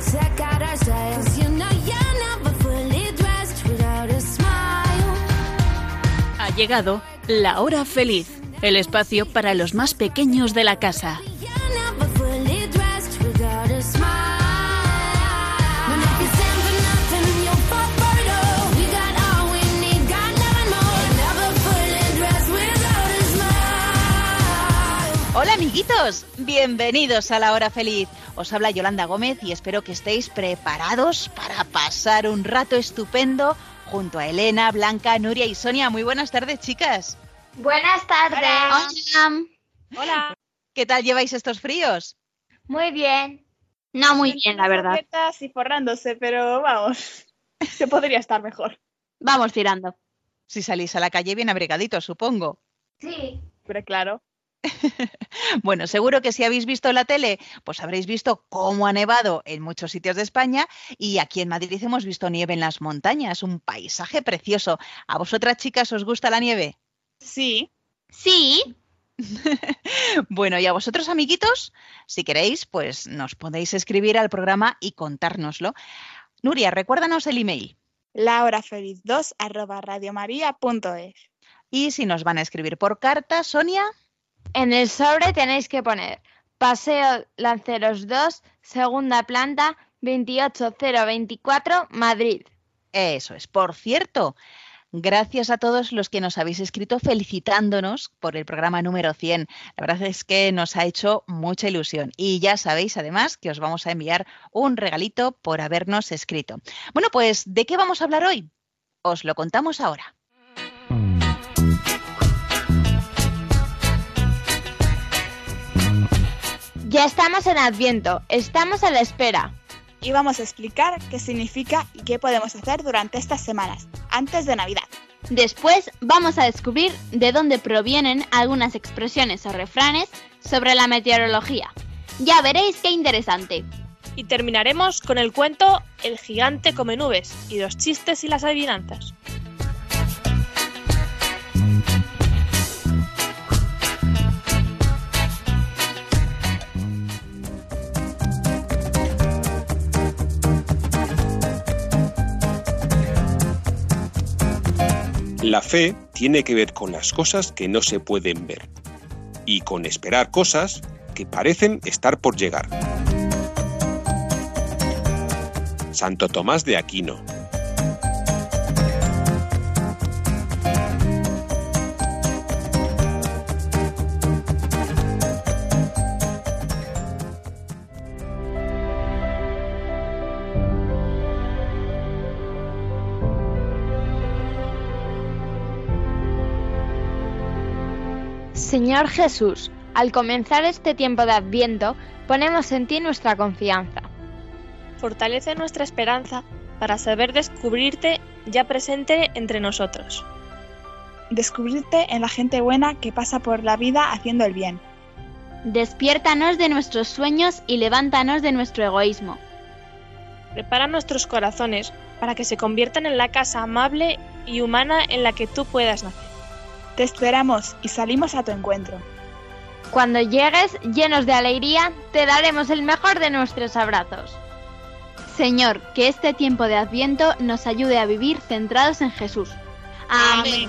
check out our style. 'Cause you know you're never fully dressed without a smile. Ha llegado La Hora Feliz, el espacio para los más pequeños de la casa. You're never fully dressed without a smile. And if you stand for nothing, you'll fall for it all. We got all we need, God never knows. Never fully dressed without a smile. Hola amiguitos, bienvenidos a La Hora Feliz. Os habla Yolanda Gómez y espero que estéis preparados para pasar un rato estupendo junto a Elena, Blanca, Nuria y Sonia. Muy buenas tardes, chicas. Buenas tardes. Hola. Hola. ¿Qué tal lleváis estos fríos? Muy bien. No muy bien, la verdad. Y forrándose, pero vamos, se podría estar mejor. Vamos tirando. Si salís a la calle bien abrigaditos, supongo. Sí. Pero claro. Bueno, seguro que si habéis visto la tele, pues habréis visto cómo ha nevado en muchos sitios de España y aquí en Madrid hemos visto nieve en las montañas, un paisaje precioso. ¿A vosotras, chicas, os gusta la nieve? Sí. Sí. Bueno, y a vosotros, amiguitos, si queréis, pues nos podéis escribir al programa y contárnoslo. Nuria, recuérdanos el email. lahorafeliz2@radiomaria.es. Y si nos van a escribir por carta, Sonia. En el sobre tenéis que poner Paseo Lanceros 2, segunda planta, 28024, Madrid. Eso es. Por cierto, gracias a todos los que nos habéis escrito felicitándonos por el programa número 100. La verdad es que nos ha hecho mucha ilusión. Y ya sabéis, además, que os vamos a enviar un regalito por habernos escrito. Bueno, pues, ¿de qué vamos a hablar hoy? Os lo contamos ahora. Ya estamos en Adviento, estamos a la espera. Y vamos a explicar qué significa y qué podemos hacer durante estas semanas, antes de Navidad. Después vamos a descubrir de dónde provienen algunas expresiones o refranes sobre la meteorología. Ya veréis qué interesante. Y terminaremos con el cuento El gigante come nubes y los chistes y las adivinanzas. La fe tiene que ver con las cosas que no se pueden ver y con esperar cosas que parecen estar por llegar. Santo Tomás de Aquino. Señor Jesús, al comenzar este tiempo de Adviento, ponemos en ti nuestra confianza. Fortalece nuestra esperanza para saber descubrirte ya presente entre nosotros. Descubrirte en la gente buena que pasa por la vida haciendo el bien. Despiértanos de nuestros sueños y levántanos de nuestro egoísmo. Prepara nuestros corazones para que se conviertan en la casa amable y humana en la que tú puedas nacer. Te esperamos y salimos a tu encuentro. Cuando llegues, llenos de alegría, te daremos el mejor de nuestros abrazos. Señor, que este tiempo de Adviento nos ayude a vivir centrados en Jesús. Amén.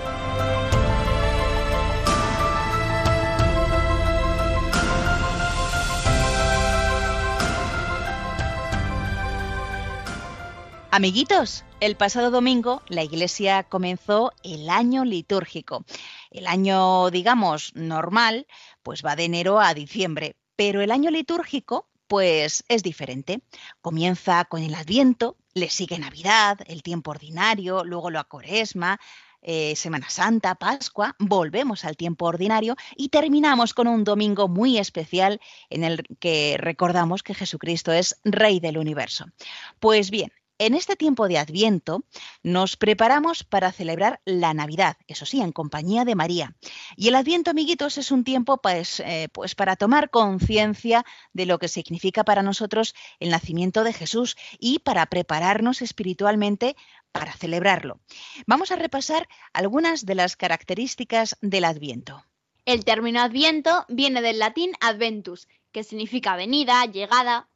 Amiguitos, el pasado domingo la Iglesia comenzó el año litúrgico. El año, digamos, normal, pues va de enero a diciembre, pero el año litúrgico, pues es diferente. Comienza con el Adviento, le sigue Navidad, el tiempo ordinario, luego la Cuaresma, Semana Santa, Pascua, volvemos al tiempo ordinario y terminamos con un domingo muy especial en el que recordamos que Jesucristo es Rey del universo. Pues bien, en este tiempo de Adviento nos preparamos para celebrar la Navidad, eso sí, en compañía de María. Y el Adviento, amiguitos, es un tiempo pues para tomar conciencia de lo que significa para nosotros el nacimiento de Jesús y para prepararnos espiritualmente para celebrarlo. Vamos a repasar algunas de las características del Adviento. El término Adviento viene del latín adventus, que significa venida, llegada.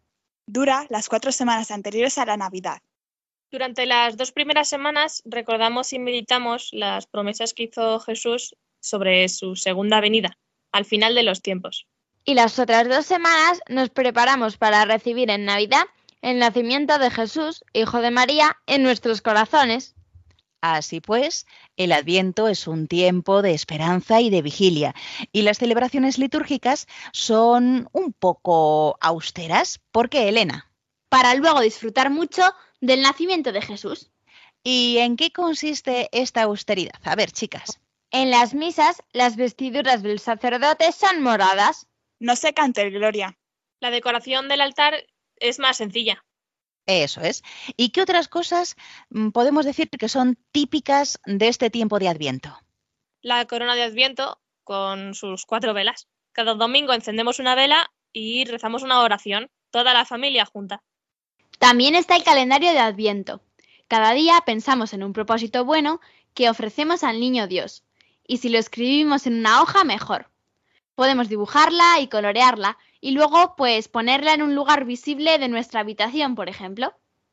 Dura las 4 semanas anteriores a la Navidad. Durante las 2 primeras semanas recordamos y meditamos las promesas que hizo Jesús sobre su segunda venida, al final de los tiempos. Y las otras 2 semanas nos preparamos para recibir en Navidad el nacimiento de Jesús, hijo de María, en nuestros corazones. Así pues, el Adviento es un tiempo de esperanza y de vigilia, y las celebraciones litúrgicas son un poco austeras. ¿Por qué, Elena? Para luego disfrutar mucho del nacimiento de Jesús. ¿Y en qué consiste esta austeridad? A ver, chicas. En las misas, las vestiduras del sacerdote son moradas. No se canta el Gloria. La decoración del altar es más sencilla. Eso es. ¿Y qué otras cosas podemos decir que son típicas de este tiempo de Adviento? La corona de Adviento con sus 4 velas. Cada domingo encendemos una vela y rezamos una oración, toda la familia junta. También está el calendario de Adviento. Cada día pensamos en un propósito bueno que ofrecemos al Niño Dios. Y si lo escribimos en una hoja, mejor. Podemos dibujarla y colorearla y luego pues ponerla en un lugar visible de nuestra habitación, por ejemplo.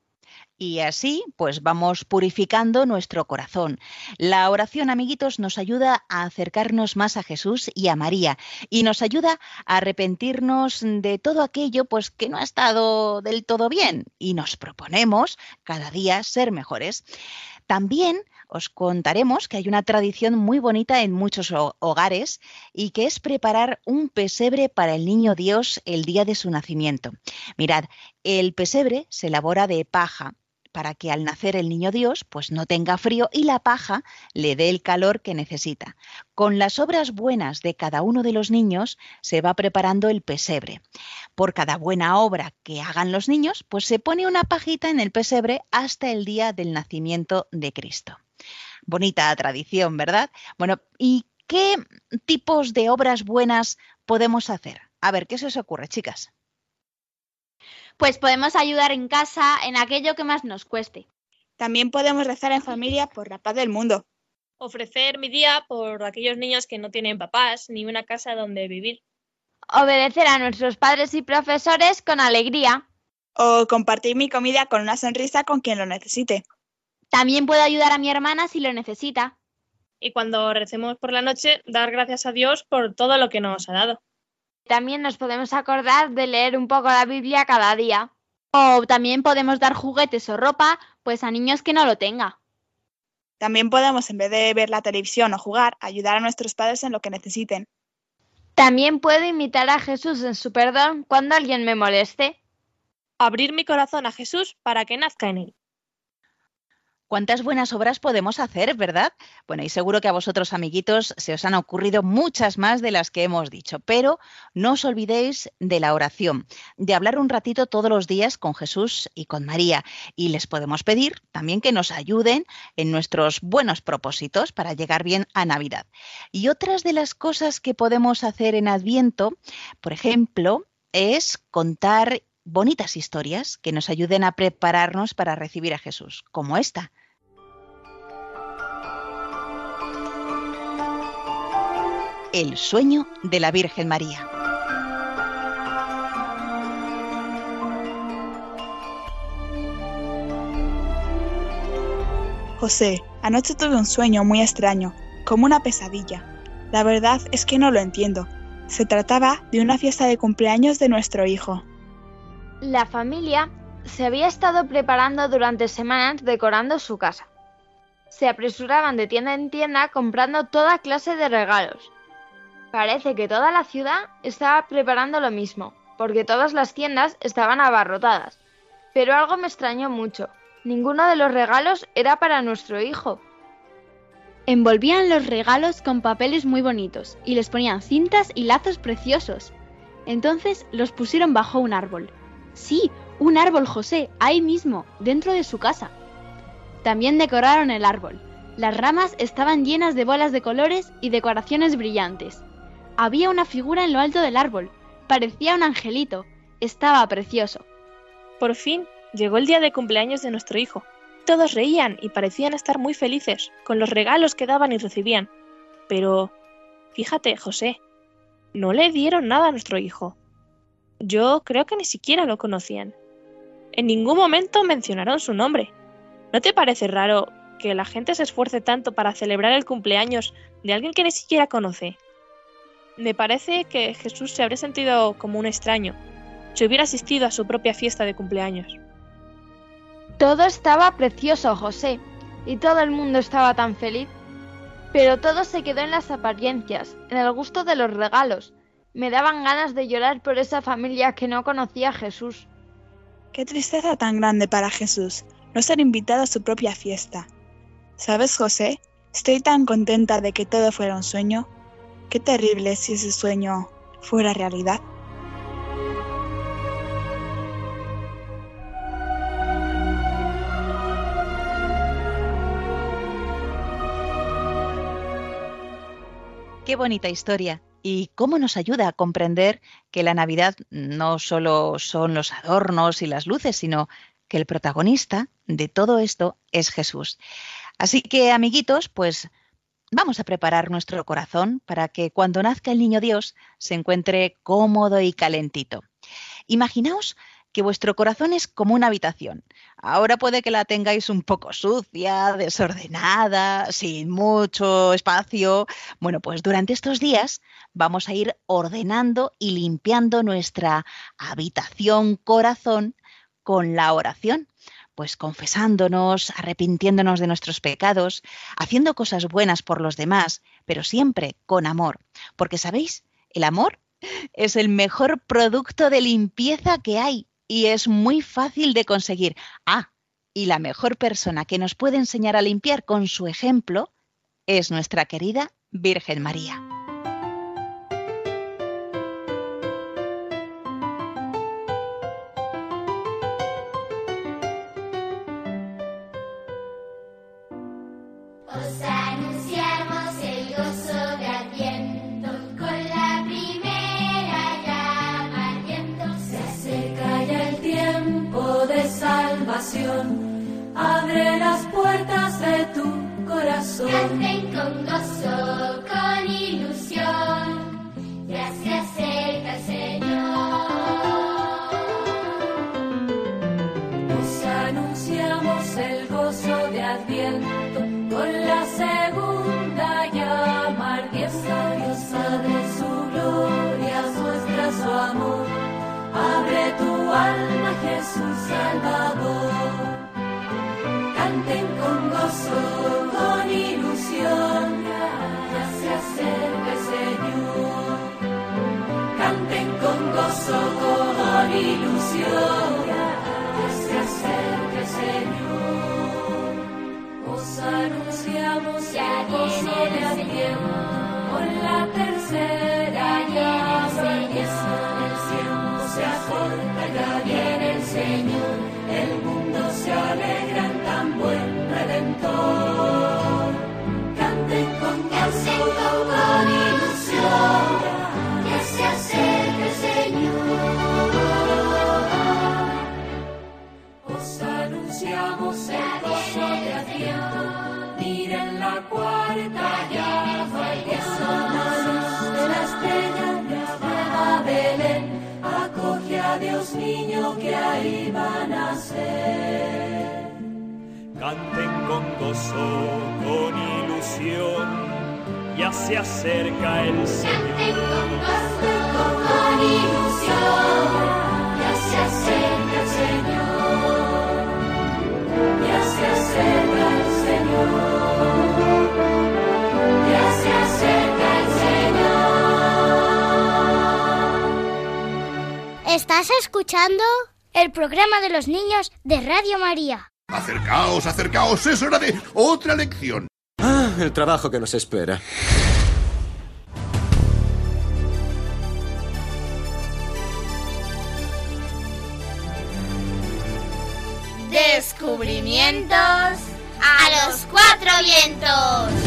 Y así, pues vamos purificando nuestro corazón. La oración, amiguitos, nos ayuda a acercarnos más a Jesús y a María y nos ayuda a arrepentirnos de todo aquello pues que no ha estado del todo bien y nos proponemos cada día ser mejores. También os contaremos que hay una tradición muy bonita en muchos hogares y que es preparar un pesebre para el niño Dios el día de su nacimiento. Mirad, el pesebre se elabora de paja para que al nacer el niño Dios pues no tenga frío y la paja le dé el calor que necesita. Con las obras buenas de cada uno de los niños se va preparando el pesebre. Por cada buena obra que hagan los niños, pues se pone una pajita en el pesebre hasta el día del nacimiento de Cristo. Bonita tradición, ¿verdad? Bueno, ¿y qué tipos de obras buenas podemos hacer? A ver, ¿qué se os ocurre, chicas? Pues podemos ayudar en casa en aquello que más nos cueste. También podemos rezar en familia por la paz del mundo. Ofrecer mi día por aquellos niños que no tienen papás ni una casa donde vivir. Obedecer a nuestros padres y profesores con alegría. O compartir mi comida con una sonrisa con quien lo necesite. También puedo ayudar a mi hermana si lo necesita. Y cuando recemos por la noche, dar gracias a Dios por todo lo que nos ha dado. También nos podemos acordar de leer un poco la Biblia cada día. O también podemos dar juguetes o ropa pues a niños que no lo tengan. También podemos, en vez de ver la televisión o jugar, ayudar a nuestros padres en lo que necesiten. También puedo imitar a Jesús en su perdón cuando alguien me moleste. Abrir mi corazón a Jesús para que nazca en él. ¿Cuántas buenas obras podemos hacer, verdad? Bueno, y seguro que a vosotros, amiguitos, se os han ocurrido muchas más de las que hemos dicho, pero no os olvidéis de la oración, de hablar un ratito todos los días con Jesús y con María, y les podemos pedir también que nos ayuden en nuestros buenos propósitos para llegar bien a Navidad. Y otras de las cosas que podemos hacer en Adviento, por ejemplo, es contar bonitas historias que nos ayuden a prepararnos para recibir a Jesús, como esta. El sueño de la Virgen María. José, anoche tuve un sueño muy extraño, como una pesadilla. La verdad es que no lo entiendo. Se trataba de una fiesta de cumpleaños de nuestro hijo. La familia se había estado preparando durante semanas decorando su casa. Se apresuraban de tienda en tienda comprando toda clase de regalos. Parece que toda la ciudad estaba preparando lo mismo, porque todas las tiendas estaban abarrotadas. Pero algo me extrañó mucho. Ninguno de los regalos era para nuestro hijo. Envolvían los regalos con papeles muy bonitos y les ponían cintas y lazos preciosos. Entonces los pusieron bajo un árbol. Sí, un árbol, José, ahí mismo, dentro de su casa. También decoraron el árbol. Las ramas estaban llenas de bolas de colores y decoraciones brillantes. Había una figura en lo alto del árbol. Parecía un angelito. Estaba precioso. Por fin llegó el día de cumpleaños de nuestro hijo. Todos reían y parecían estar muy felices con los regalos que daban y recibían. Pero, fíjate, José, no le dieron nada a nuestro hijo. Yo creo que ni siquiera lo conocían. En ningún momento mencionaron su nombre. ¿No te parece raro que la gente se esfuerce tanto para celebrar el cumpleaños de alguien que ni siquiera conoce? Me parece que Jesús se habría sentido como un extraño si hubiera asistido a su propia fiesta de cumpleaños. Todo estaba precioso, José, y todo el mundo estaba tan feliz. Pero todo se quedó en las apariencias, en el gusto de los regalos. Me daban ganas de llorar por esa familia que no conocía a Jesús. Qué tristeza tan grande para Jesús, no ser invitado a su propia fiesta. ¿Sabes, José? Estoy tan contenta de que todo fuera un sueño. Qué terrible si ese sueño fuera realidad. Qué bonita historia. Y cómo nos ayuda a comprender que la Navidad no solo son los adornos y las luces, sino que el protagonista de todo esto es Jesús. Así que, amiguitos, pues vamos a preparar nuestro corazón para que cuando nazca el niño Dios se encuentre cómodo y calentito. Imaginaos que vuestro corazón es como una habitación. Ahora puede que la tengáis un poco sucia, desordenada, sin mucho espacio. Bueno, pues durante estos días vamos a ir ordenando y limpiando nuestra habitación corazón con la oración. Pues confesándonos, arrepintiéndonos de nuestros pecados, haciendo cosas buenas por los demás, pero siempre con amor. Porque, ¿sabéis? El amor es el mejor producto de limpieza que hay. Y es muy fácil de conseguir. Y la mejor persona que nos puede enseñar a limpiar con su ejemplo es nuestra querida Virgen María. Os anunciamos el gozo de Adviento, con la primera llama ardiendo. Se acerca ya el tiempo de salvación, abre las puertas de tu corazón. Canten con gozo, con ilusión, ya se acerca el Señor. Os anunciamos el gozo de Adviento, con la segunda llama ardiente. Dios abre su gloria, muestra su amor. Abre tu alma, Jesús Salvador. Canten con gozo, con ilusión, ya se acerca el Señor. Canten con gozo, con ilusión, ya se acerca el Señor. Os anunciamos el gozo de Adviento, con la tercera llama ardiente. El tiempo se acorta, ya viene el Señor, el mundo se alegra en tan buen Redentor. Canten con gozo, con ilusión, ya se acerca el Señor. Os anunciamos el gozo de Adviento, miren la cuarta llama ardiente. De la estrella llamada Belén, acoge a Dios niño que ahí va a nacer. Canten con gozo, con ilusión, ya se acerca el Señor. Canten con gozo, con ilusión, ya se acerca el Señor. Ya se acerca el Señor. Ya se acerca el Señor. ¿Estás escuchando? El programa de los niños de Radio María. Acercaos, acercaos, es hora de otra lección. El trabajo que nos espera. Descubrimientos a los cuatro vientos.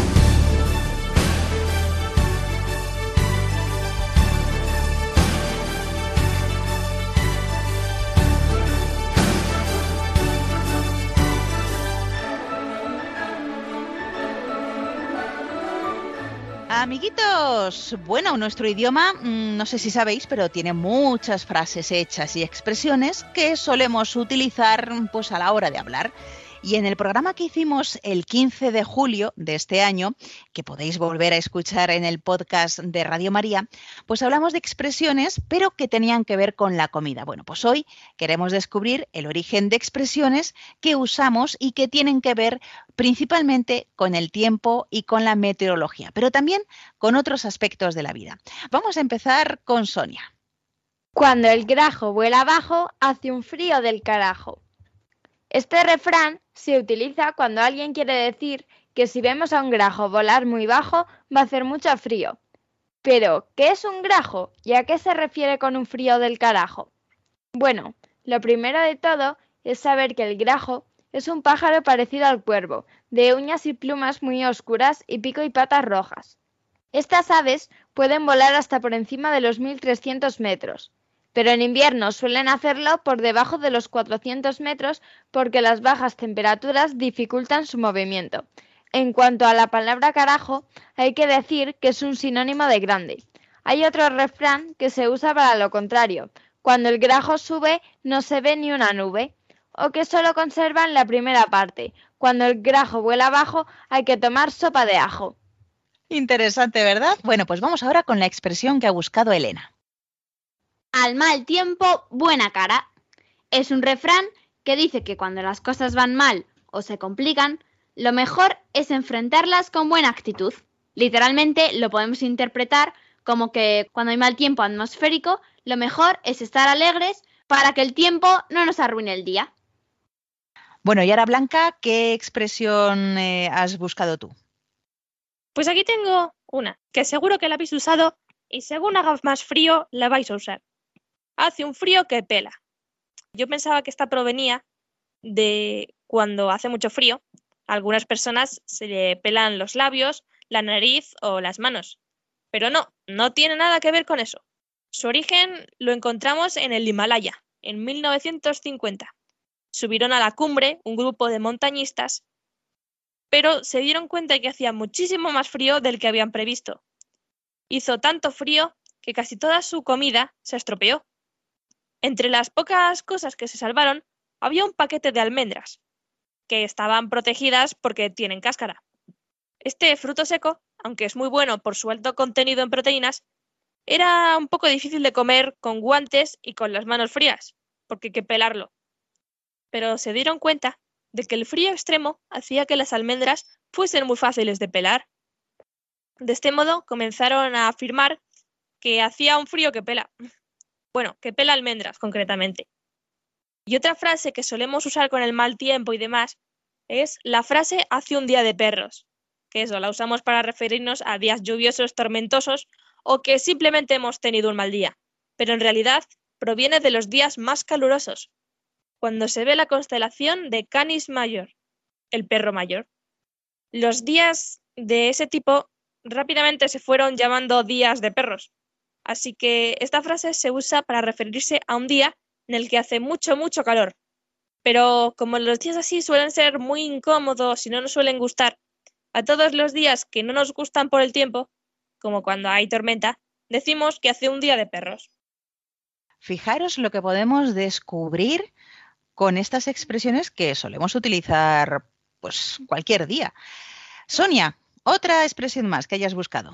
Amiguitos, bueno, nuestro idioma, no sé si sabéis, pero tiene muchas frases hechas y expresiones que solemos utilizar pues a la hora de hablar. Y en el programa que hicimos el 15 de julio de este año, que podéis volver a escuchar en el podcast de Radio María, pues hablamos de expresiones, pero que tenían que ver con la comida. Bueno, pues hoy queremos descubrir el origen de expresiones que usamos y que tienen que ver principalmente con el tiempo y con la meteorología, pero también con otros aspectos de la vida. Vamos a empezar con Sonia. Cuando el grajo vuela abajo, hace un frío del carajo. Este refrán se utiliza cuando alguien quiere decir que si vemos a un grajo volar muy bajo, va a hacer mucho frío. Pero, ¿qué es un grajo y a qué se refiere con un frío del carajo? Bueno, lo primero de todo es saber que el grajo es un pájaro parecido al cuervo, de uñas y plumas muy oscuras y pico y patas rojas. Estas aves pueden volar hasta por encima de los 1300 metros. Pero en invierno suelen hacerlo por debajo de los 400 metros porque las bajas temperaturas dificultan su movimiento. En cuanto a la palabra carajo, hay que decir que es un sinónimo de grande. Hay otro refrán que se usa para lo contrario. Cuando el grajo sube, no se ve ni una nube. O que solo conservan la primera parte. Cuando el grajo vuela abajo, hay que tomar sopa de ajo. Interesante, ¿verdad? Bueno, pues vamos ahora con la expresión que ha buscado Elena. Al mal tiempo, buena cara. Es un refrán que dice que cuando las cosas van mal o se complican, lo mejor es enfrentarlas con buena actitud. Literalmente lo podemos interpretar como que cuando hay mal tiempo atmosférico, lo mejor es estar alegres para que el tiempo no nos arruine el día. Bueno, y ahora Blanca, ¿qué expresión has buscado tú? Pues aquí tengo una, que seguro que la habéis usado y según haga más frío la vais a usar. Hace un frío que pela. Yo pensaba que esta provenía de cuando hace mucho frío, a algunas personas se le pelan los labios, la nariz o las manos. Pero no tiene nada que ver con eso. Su origen lo encontramos en el Himalaya, en 1950. Subieron a la cumbre un grupo de montañistas, pero se dieron cuenta de que hacía muchísimo más frío del que habían previsto. Hizo tanto frío que casi toda su comida se estropeó. Entre las pocas cosas que se salvaron, había un paquete de almendras, que estaban protegidas porque tienen cáscara. Este fruto seco, aunque es muy bueno por su alto contenido en proteínas, era un poco difícil de comer con guantes y con las manos frías, porque hay que pelarlo. Pero se dieron cuenta de que el frío extremo hacía que las almendras fuesen muy fáciles de pelar. De este modo comenzaron a afirmar que hacía un frío que pela. Bueno, que pela almendras, concretamente. Y otra frase que solemos usar con el mal tiempo y demás es la frase hace un día de perros, que eso la usamos para referirnos a días lluviosos, tormentosos o que simplemente hemos tenido un mal día. Pero en realidad proviene de los días más calurosos, cuando se ve la constelación de Canis Major, el perro mayor. Los días de ese tipo rápidamente se fueron llamando días de perros. Así que esta frase se usa para referirse a un día en el que hace mucho calor. Pero como los días así suelen ser muy incómodos y no nos suelen gustar, a todos los días que no nos gustan por el tiempo, como cuando hay tormenta, decimos que hace un día de perros. Fijaros lo que podemos descubrir con estas expresiones que solemos utilizar pues cualquier día. Sonia, otra expresión más que hayas buscado.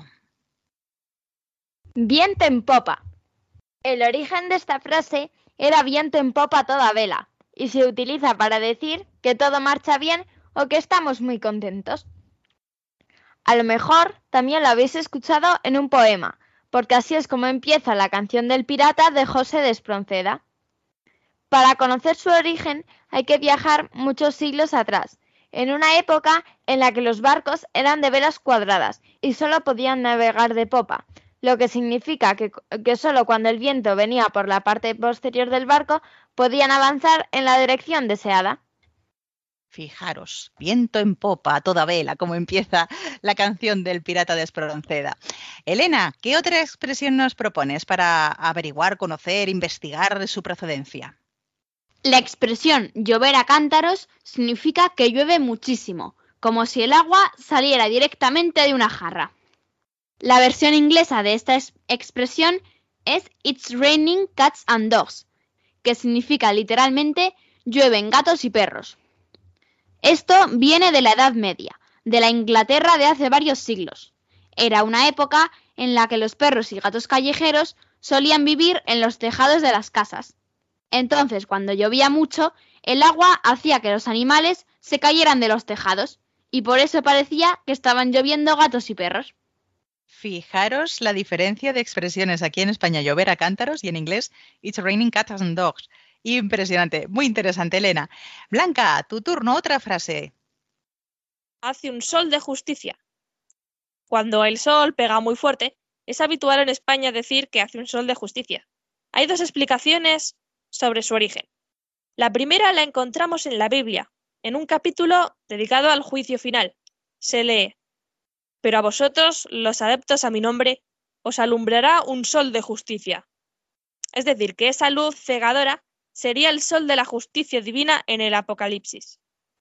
Viento en popa. El origen de esta frase era viento en popa a toda vela y se utiliza para decir que todo marcha bien o que estamos muy contentos. A lo mejor también lo habéis escuchado en un poema, porque así es como empieza la canción del pirata de José de Espronceda. Para conocer su origen hay que viajar muchos siglos atrás, en una época en la que los barcos eran de velas cuadradas y solo podían navegar de popa, lo que significa que solo cuando el viento venía por la parte posterior del barco podían avanzar en la dirección deseada. Fijaros, viento en popa a toda vela, como empieza la canción del pirata de Espronceda. Elena, ¿qué otra expresión nos propones para averiguar, conocer, investigar su procedencia? La expresión llover a cántaros significa que llueve muchísimo, como si el agua saliera directamente de una jarra. La versión inglesa de esta expresión es It's raining cats and dogs, que significa literalmente llueven gatos y perros. Esto viene de la Edad Media, de la Inglaterra de hace varios siglos. Era una época en la que los perros y gatos callejeros solían vivir en los tejados de las casas. Entonces, cuando llovía mucho, el agua hacía que los animales se cayeran de los tejados, y por eso parecía que estaban lloviendo gatos y perros. Fijaros la diferencia de expresiones aquí en España, llover a cántaros, y en inglés, It's raining cats and dogs. Impresionante, muy interesante, Elena. Blanca, tu turno, otra frase. Hace un sol de justicia. Cuando el sol pega muy fuerte, es habitual en España decir que hace un sol de justicia. Hay dos explicaciones sobre su origen. La primera la encontramos en la Biblia, en un capítulo dedicado al juicio final. Se lee: pero a vosotros, los adeptos a mi nombre, os alumbrará un sol de justicia. Es decir, que esa luz cegadora sería el sol de la justicia divina en el Apocalipsis.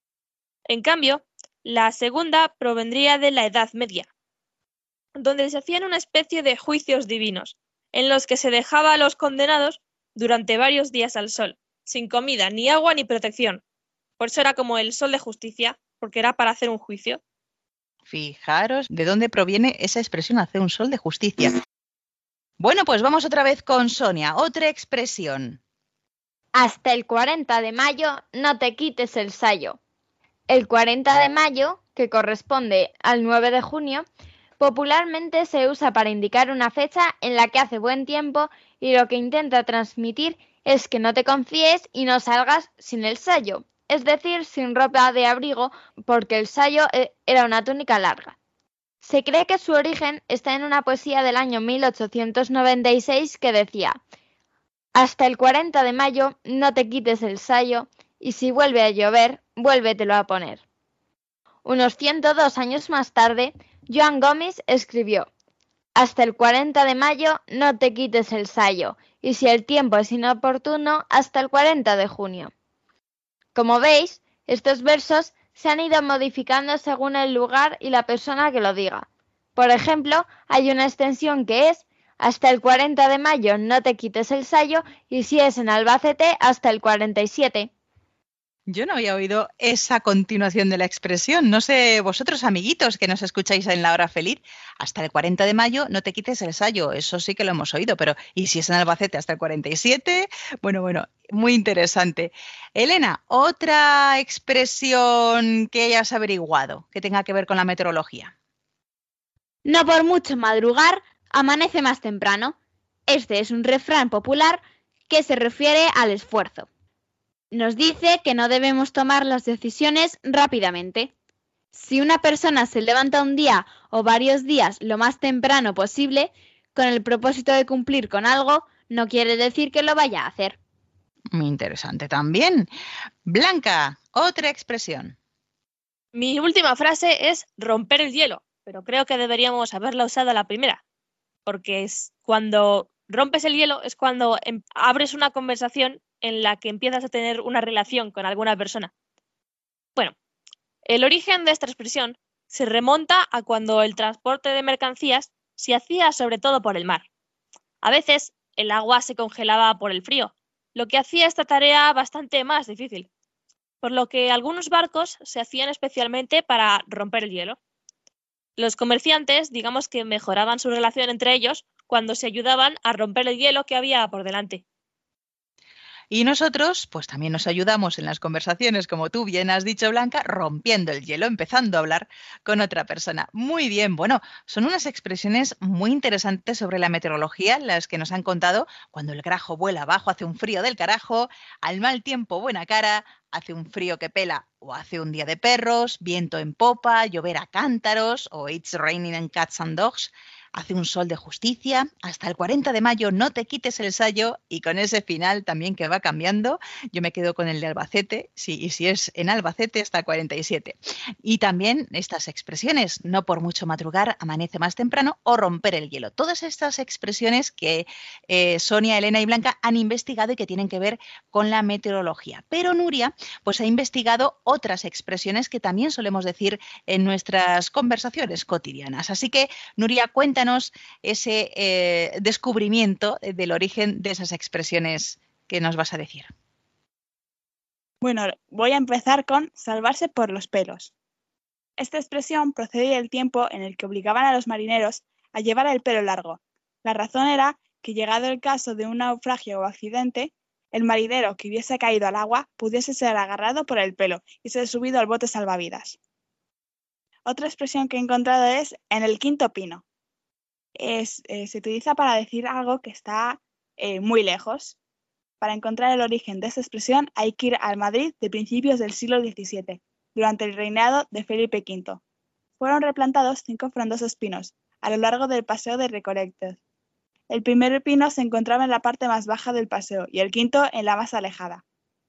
En cambio, la segunda provendría de la Edad Media, donde se hacían una especie de juicios divinos, en los que se dejaba a los condenados durante varios días al sol, sin comida, ni agua, ni protección. Por eso era como el sol de justicia, porque era para hacer un juicio. Fijaros de dónde proviene esa expresión, hacer un sol de justicia. Bueno, pues vamos otra vez con Sonia, otra expresión. Hasta el 40 de mayo no te quites el sayo. El 40 de mayo, que corresponde al 9 de junio, popularmente se usa para indicar una fecha en la que hace buen tiempo y lo que intenta transmitir es que no te confíes y no salgas sin el sayo, es decir, sin ropa de abrigo, porque el sayo era una túnica larga. Se cree que su origen está en una poesía del año 1896 que decía: hasta el 40 de mayo no te quites el sayo y si vuelve a llover, vuélvetelo a poner. Unos 102 años más tarde, Joan Gomis escribió: hasta el 40 de mayo no te quites el sayo y si el tiempo es inoportuno, hasta el 40 de junio. Como veis, estos versos se han ido modificando según el lugar y la persona que lo diga. Por ejemplo, hay una extensión que es: hasta el 40 de mayo no te quites el sayo y si es en Albacete, hasta el 47. Yo no había oído esa continuación de la expresión. No sé, vosotros, amiguitos, que nos escucháis en La Hora Feliz, hasta el 40 de mayo no te quites el sayo. Eso sí que lo hemos oído, pero ¿y si es en Albacete hasta el 47? Bueno, muy interesante. Elena, otra expresión que hayas averiguado que tenga que ver con la meteorología. No por mucho madrugar, amanece más temprano. Este es un refrán popular que se refiere al esfuerzo. Nos dice que no debemos tomar las decisiones rápidamente. Si una persona se levanta un día o varios días lo más temprano posible, con el propósito de cumplir con algo, no quiere decir que lo vaya a hacer. Muy interesante también. Blanca, otra expresión. Mi última frase es romper el hielo, pero creo que deberíamos haberla usado la primera, porque es cuando rompes el hielo es cuando abres una conversación en la que empiezas a tener una relación con alguna persona. Bueno, el origen de esta expresión se remonta a cuando el transporte de mercancías se hacía sobre todo por el mar. A veces el agua se congelaba por el frío, lo que hacía esta tarea bastante más difícil, por lo que algunos barcos se hacían especialmente para romper el hielo. Los comerciantes, digamos que mejoraban su relación entre ellos cuando se ayudaban a romper el hielo que había por delante. Y nosotros, pues también nos ayudamos en las conversaciones, como tú bien has dicho, Blanca, rompiendo el hielo, empezando a hablar con otra persona. Muy bien, bueno, son unas expresiones muy interesantes sobre la meteorología, las que nos han contado. Cuando el grajo vuela abajo, hace un frío del carajo, al mal tiempo, buena cara, hace un frío que pela o hace un día de perros, viento en popa, llover a cántaros o it's raining cats and dogs. Hace un sol de justicia, hasta el 40 de mayo no te quites el sayo y con ese final también que va cambiando, yo me quedo con el de Albacete, sí, y si es en Albacete hasta el 47. Y también estas expresiones, no por mucho madrugar, amanece más temprano o romper el hielo. Todas estas expresiones que Sonia, Elena y Blanca han investigado y que tienen que ver con la meteorología. Pero Nuria pues ha investigado otras expresiones que también solemos decir en nuestras conversaciones cotidianas. Así que, Nuria, cuéntanos cuéntanos ese descubrimiento del origen de esas expresiones que nos vas a decir. Bueno, voy a empezar con salvarse por los pelos. Esta expresión procede del tiempo en el que obligaban a los marineros a llevar el pelo largo. La razón era que, llegado el caso de un naufragio o accidente, el marinero que hubiese caído al agua pudiese ser agarrado por el pelo y ser subido al bote salvavidas. Otra expresión que he encontrado es en el quinto pino. Se utiliza para decir algo que está muy lejos. Para encontrar el origen de esta expresión hay que ir al Madrid de principios del siglo XVII, durante el reinado de Felipe V. Fueron replantados 5 frondosos pinos a lo largo del paseo de Recoletos. El primer pino se encontraba en la parte más baja del paseo y el quinto en la más alejada.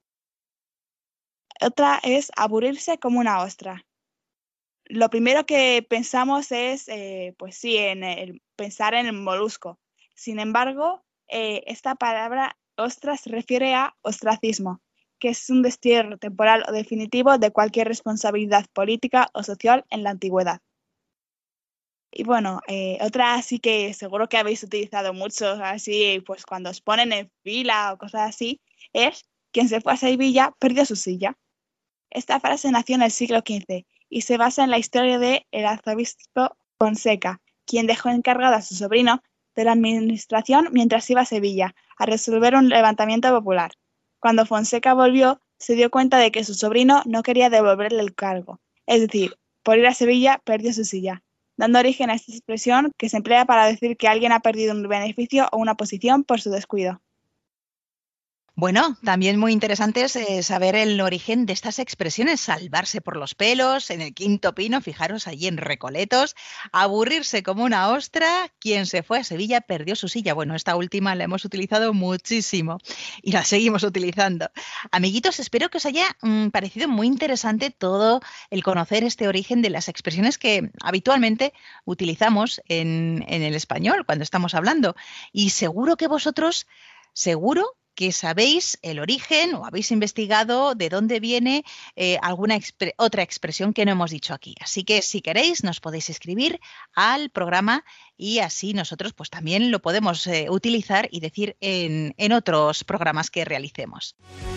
Otra es aburrirse como una ostra. Lo primero que pensamos es, pensar en el molusco. Sin embargo, esta palabra ostra se refiere a ostracismo, que es un destierro temporal o definitivo de cualquier responsabilidad política o social en la antigüedad. Y bueno, otra sí que seguro que habéis utilizado mucho, así pues cuando os ponen en fila o cosas así, es quien se fue a Sevilla perdió su silla. Esta frase nació en el siglo XV y se basa en la historia del arzobispo Fonseca, quien dejó encargado a su sobrino de la administración mientras iba a Sevilla a resolver un levantamiento popular. Cuando Fonseca volvió, se dio cuenta de que su sobrino no quería devolverle el cargo, es decir, por ir a Sevilla perdió su silla, dando origen a esta expresión que se emplea para decir que alguien ha perdido un beneficio o una posición por su descuido. Bueno, también muy interesante es saber el origen de estas expresiones: salvarse por los pelos, en el quinto pino, fijaros allí en Recoletos, aburrirse como una ostra, quien se fue a Sevilla perdió su silla. Bueno, esta última la hemos utilizado muchísimo y la seguimos utilizando. Amiguitos, espero que os haya parecido muy interesante todo el conocer este origen de las expresiones que habitualmente utilizamos en el español cuando estamos hablando. Y seguro que vosotros, que sabéis el origen o habéis investigado de dónde viene alguna otra expresión que no hemos dicho aquí. Así que si queréis nos podéis escribir al programa y así nosotros pues también lo podemos utilizar y decir en otros programas que realicemos.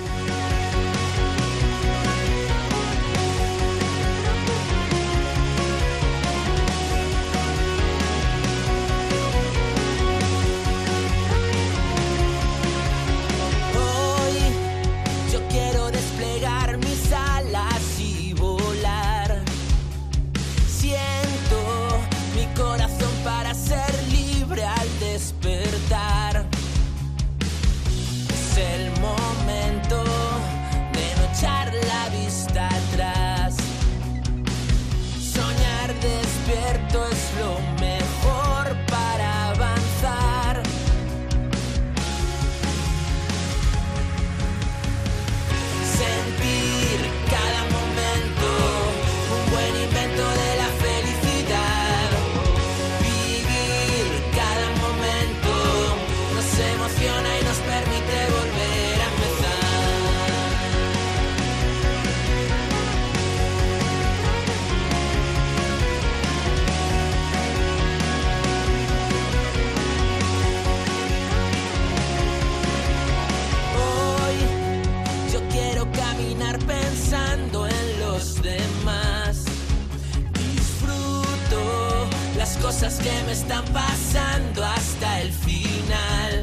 Cosas que me están pasando hasta el final.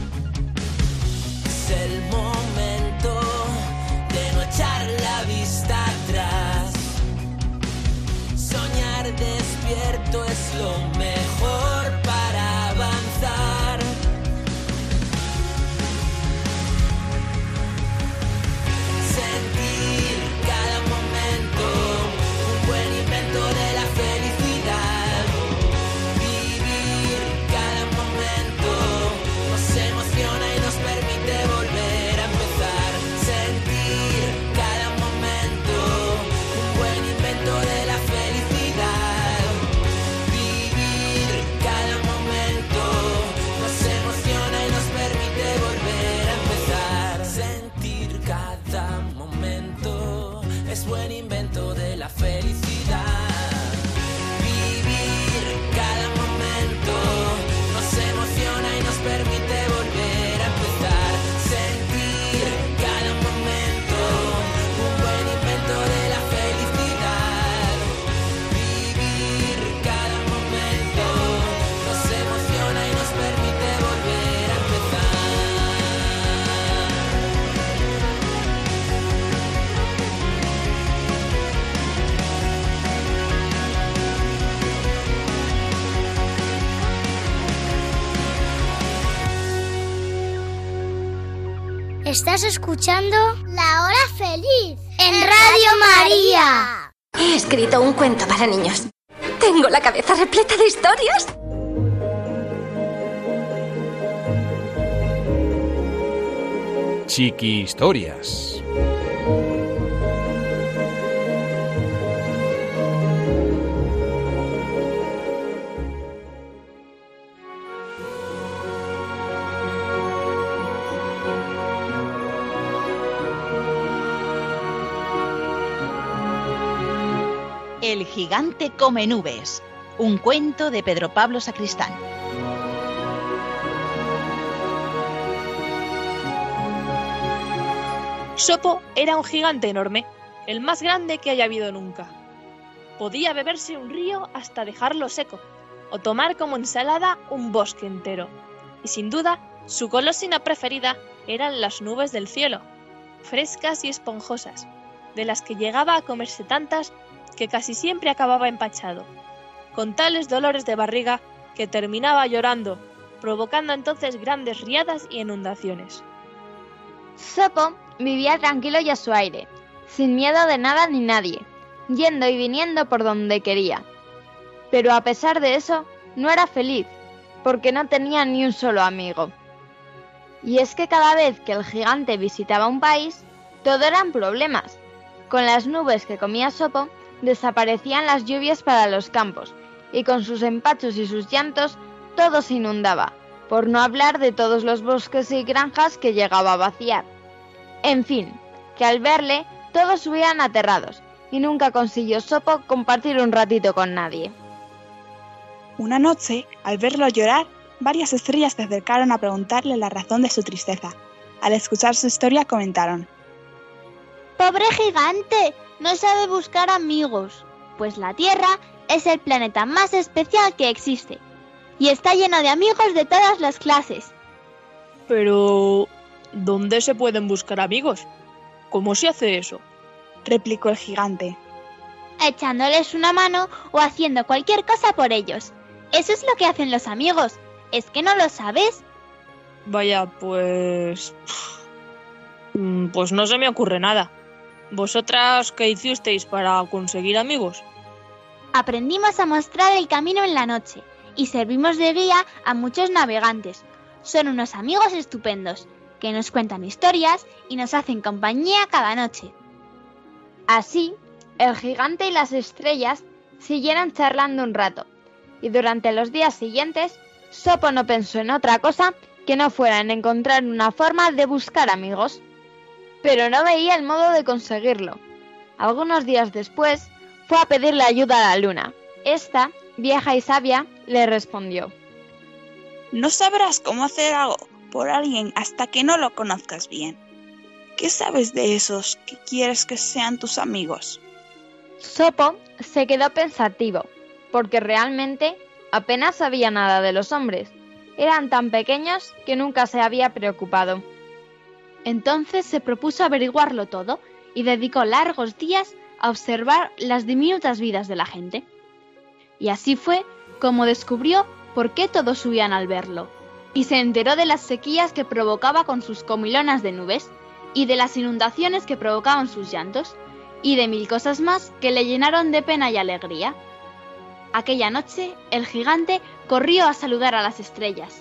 Es el momento de no echar la vista atrás. Soñar despierto es lo mejor para avanzar. Sentir cada momento un buen invento de la felicidad. De la felicidad, vivir Estás escuchando La Hora Feliz en Radio María. He escrito un cuento para niños. Tengo la cabeza repleta de historias. Chiqui Historias. El gigante come nubes, un cuento de Pedro Pablo Sacristán. Sopo era un gigante enorme, el más grande que haya habido nunca. Podía beberse un río hasta dejarlo seco, o tomar como ensalada un bosque entero. Y sin duda, su golosina preferida eran las nubes del cielo, frescas y esponjosas, de las que llegaba a comerse tantas que casi siempre acababa empachado, con tales dolores de barriga que terminaba llorando, provocando entonces grandes riadas y inundaciones. Sopo vivía tranquilo y a su aire, sin miedo de nada ni nadie, yendo y viniendo por donde quería. Pero a pesar de eso, no era feliz, porque no tenía ni un solo amigo. Y es que cada vez que el gigante visitaba un país, todo eran problemas. Con las nubes que comía Sopo, desaparecían las lluvias para los campos, y con sus empachos y sus llantos, todo se inundaba, por no hablar de todos los bosques y granjas que llegaba a vaciar. En fin, que al verle, todos huían aterrados, y nunca consiguió Sopo compartir un ratito con nadie. Una noche, al verlo llorar, varias estrellas se acercaron a preguntarle la razón de su tristeza. Al escuchar su historia comentaron: ¡Pobre gigante! No sabe buscar amigos, pues la Tierra es el planeta más especial que existe, y está lleno de amigos de todas las clases. Pero ¿dónde se pueden buscar amigos? ¿Cómo se hace eso?, replicó el gigante. Echándoles una mano o haciendo cualquier cosa por ellos. Eso es lo que hacen los amigos. ¿Es que no lo sabes? Vaya, pues no se me ocurre nada. ¿Vosotras qué hicisteis para conseguir amigos? Aprendimos a mostrar el camino en la noche y servimos de guía a muchos navegantes. Son unos amigos estupendos, que nos cuentan historias y nos hacen compañía cada noche. Así, el gigante y las estrellas siguieron charlando un rato, y durante los días siguientes, Sopo no pensó en otra cosa que no fuera en encontrar una forma de buscar amigos. Pero no veía el modo de conseguirlo. Algunos días después, fue a pedirle ayuda a la luna. Esta, vieja y sabia, le respondió: No sabrás cómo hacer algo por alguien hasta que no lo conozcas bien. ¿Qué sabes de esos que quieres que sean tus amigos? Sopo se quedó pensativo, porque realmente apenas sabía nada de los hombres. Eran tan pequeños que nunca se había preocupado. Entonces se propuso averiguarlo todo y dedicó largos días a observar las diminutas vidas de la gente. Y así fue como descubrió por qué todos huían al verlo, y se enteró de las sequías que provocaba con sus comilonas de nubes, y de las inundaciones que provocaban sus llantos, y de mil cosas más que le llenaron de pena y alegría. Aquella noche, el gigante corrió a saludar a las estrellas.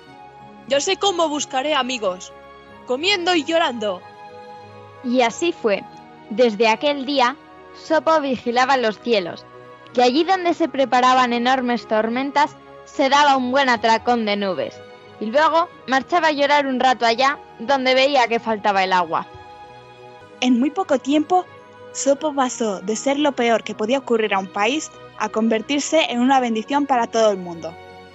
Yo sé cómo buscaré amigos, comiendo y llorando. Y así fue. Desde aquel día, Sopo vigilaba los cielos, y allí donde se preparaban enormes tormentas, se daba un buen atracón de nubes, y luego marchaba a llorar un rato allá, donde veía que faltaba el agua. En muy poco tiempo, Sopo pasó de ser lo peor que podía ocurrir a un país a convertirse en una bendición para todo el mundo.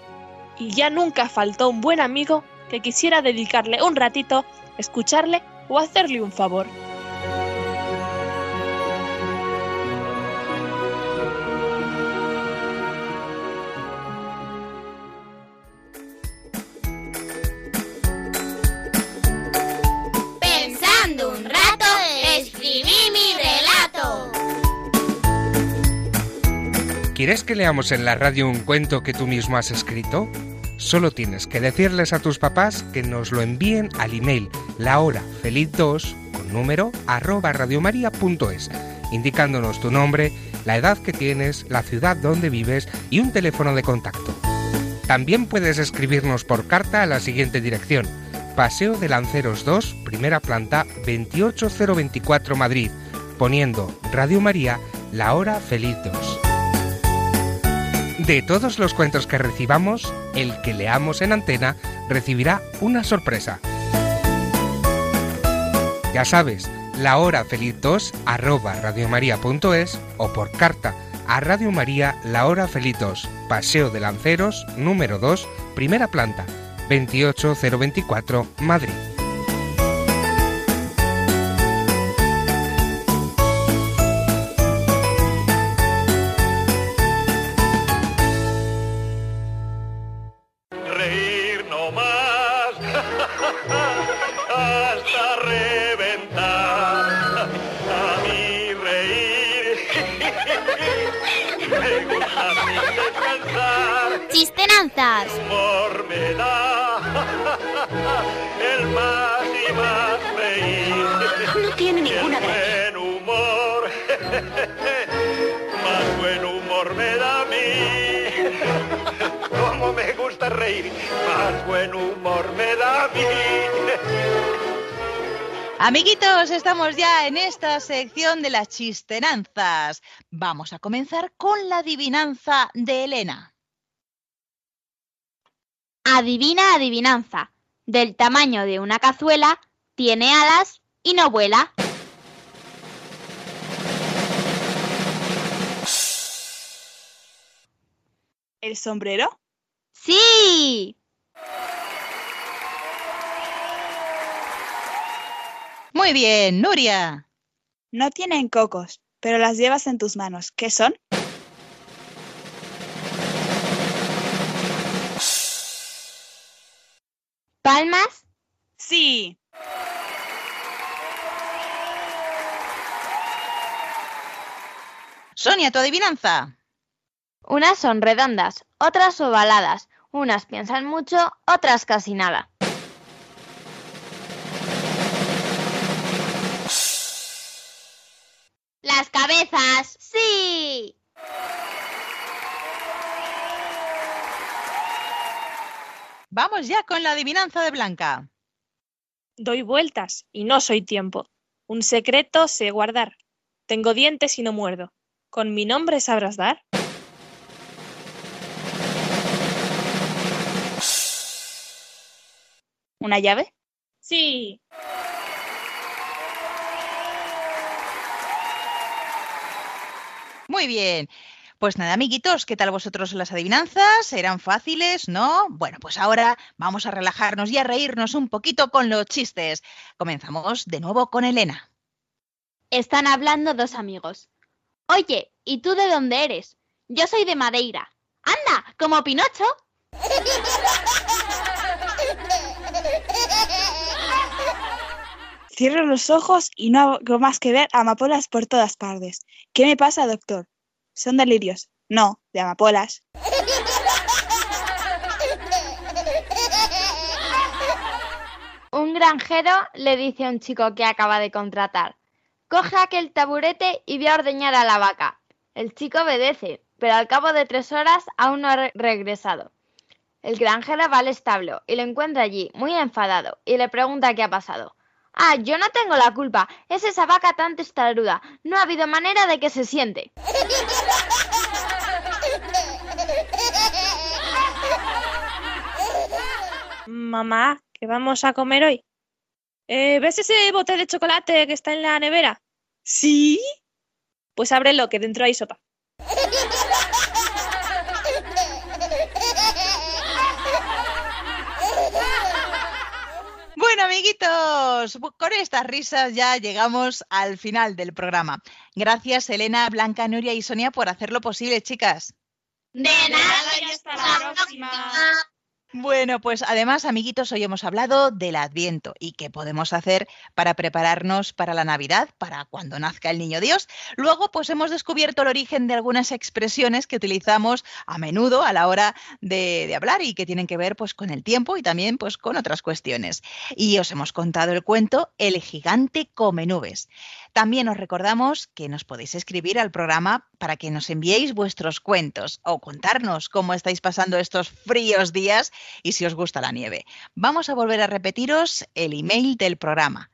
Y ya nunca faltó un buen amigo que quisiera dedicarle un ratito, escucharle o hacerle un favor. Pensando un rato, escribí mi relato. ¿Quieres que leamos en la radio un cuento que tú mismo has escrito? Solo tienes que decirles a tus papás que nos lo envíen al email lahorafeliz2 con número @radiomaria.es, indicándonos tu nombre, la edad que tienes, la ciudad donde vives y un teléfono de contacto. También puedes escribirnos por carta a la siguiente dirección: Paseo de Lanceros 2, primera planta, 28024 Madrid, poniendo Radio María, La Hora Feliz 2. De todos los cuentos que recibamos, el que leamos en antena recibirá una sorpresa. Ya sabes, lahorafeliz2 @radiomaria.es o por carta a Radio María, La Hora Feliz 2, Paseo de Lanceros, número 2, primera planta, 28024 Madrid. Reír no más hasta reventar. A mí reír me gusta sin descansar. Chistenanzas. Humor me da el más y más reír. No tiene ninguna gracia. Buen humor, más buen humor me da a mí. Cómo me gusta reír, más buen humor me da a mí. Amiguitos, estamos ya en esta sección de las chistenanzas. Vamos a comenzar con la adivinanza de Elena. Adivina adivinanza. Del tamaño de una cazuela, tiene alas y no vuela. ¿El sombrero? ¡Sí! Muy bien, Nuria. No tienen cocos, pero las llevas en tus manos. ¿Qué son? ¿Palmas? Sí. Sonia, tu adivinanza. Unas son redondas, otras ovaladas. Unas piensan mucho, otras casi nada. ¡Las cabezas! ¡Sí! Vamos ya con la adivinanza de Blanca. Doy vueltas y no soy tiempo. Un secreto sé guardar. Tengo dientes y no muerdo. ¿Con mi nombre sabrás dar? ¿Una llave? Sí. Muy bien. Pues nada, amiguitos, ¿qué tal vosotros las adivinanzas? ¿Eran fáciles, no? Bueno, pues ahora vamos a relajarnos y a reírnos un poquito con los chistes. Comenzamos de nuevo con Elena. Están hablando dos amigos. Oye, ¿y tú de dónde eres? Yo soy de Madeira. ¡Anda, como Pinocho! Cierro los ojos y no hago más que ver amapolas por todas partes. ¿Qué me pasa, doctor? Son delirios. No, de amapolas. Un granjero le dice a un chico que acaba de contratar: coge aquel taburete y ve a ordeñar a la vaca. El chico obedece, pero al cabo de 3 horas aún no ha regresado. El granjero va al establo y lo encuentra allí, muy enfadado, y le pregunta qué ha pasado. Ah, yo no tengo la culpa, es esa vaca tan testaruda, no ha habido manera de que se siente. Mamá, ¿qué vamos a comer hoy? ¿Ves ese bote de chocolate que está en la nevera? ¿Sí? Pues ábrelo, que dentro hay sopa. Bueno, amiguitos, con estas risas ya llegamos al final del programa. Gracias, Elena, Blanca, Nuria y Sonia, por hacerlo posible, chicas. De nada, y hasta la próxima. Bueno, pues además, amiguitos, hoy hemos hablado del Adviento y qué podemos hacer para prepararnos para la Navidad, para cuando nazca el Niño Dios. Luego, pues hemos descubierto el origen de algunas expresiones que utilizamos a menudo a la hora de hablar y que tienen que ver pues con el tiempo y también pues con otras cuestiones. Y os hemos contado el cuento El gigante come nubes. También os recordamos que nos podéis escribir al programa para que nos enviéis vuestros cuentos o contarnos cómo estáis pasando estos fríos días y si os gusta la nieve. Vamos a volver a repetiros el email del programa.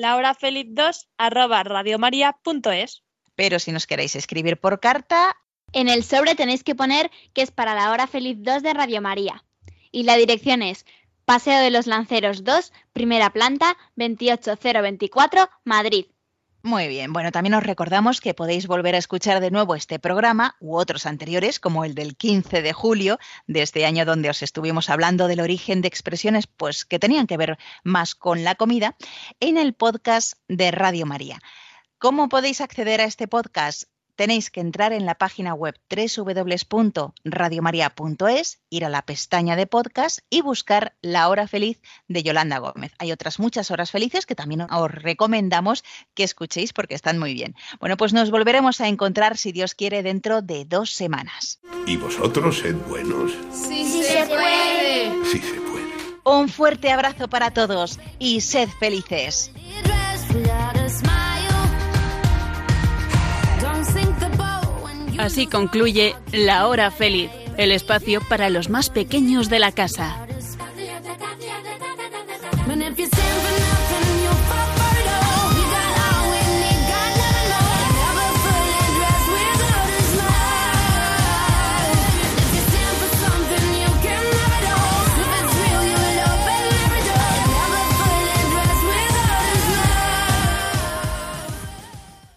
lahorafeliz2@radiomaria.es. Pero si nos queréis escribir por carta, en el sobre tenéis que poner que es para la Hora Feliz 2 de Radio María. Y la dirección es Paseo de los Lanceros 2, primera planta, 28024, Madrid. Muy bien, bueno, también os recordamos que podéis volver a escuchar de nuevo este programa u otros anteriores, como el del 15 de julio de este año, donde os estuvimos hablando del origen de expresiones pues, que tenían que ver más con la comida, en el podcast de Radio María. ¿Cómo podéis acceder a este podcast? Tenéis que entrar en la página web www.radiomaria.es, ir a la pestaña de podcast y buscar La Hora Feliz de Yolanda Gómez. Hay otras muchas horas felices que también os recomendamos que escuchéis porque están muy bien. Bueno, pues nos volveremos a encontrar, si Dios quiere, dentro de 2 semanas. ¿Y vosotros sed buenos? Sí se puede. Sí se puede. Un fuerte abrazo para todos y sed felices. Así concluye La Hora Feliz, el espacio para los más pequeños de la casa.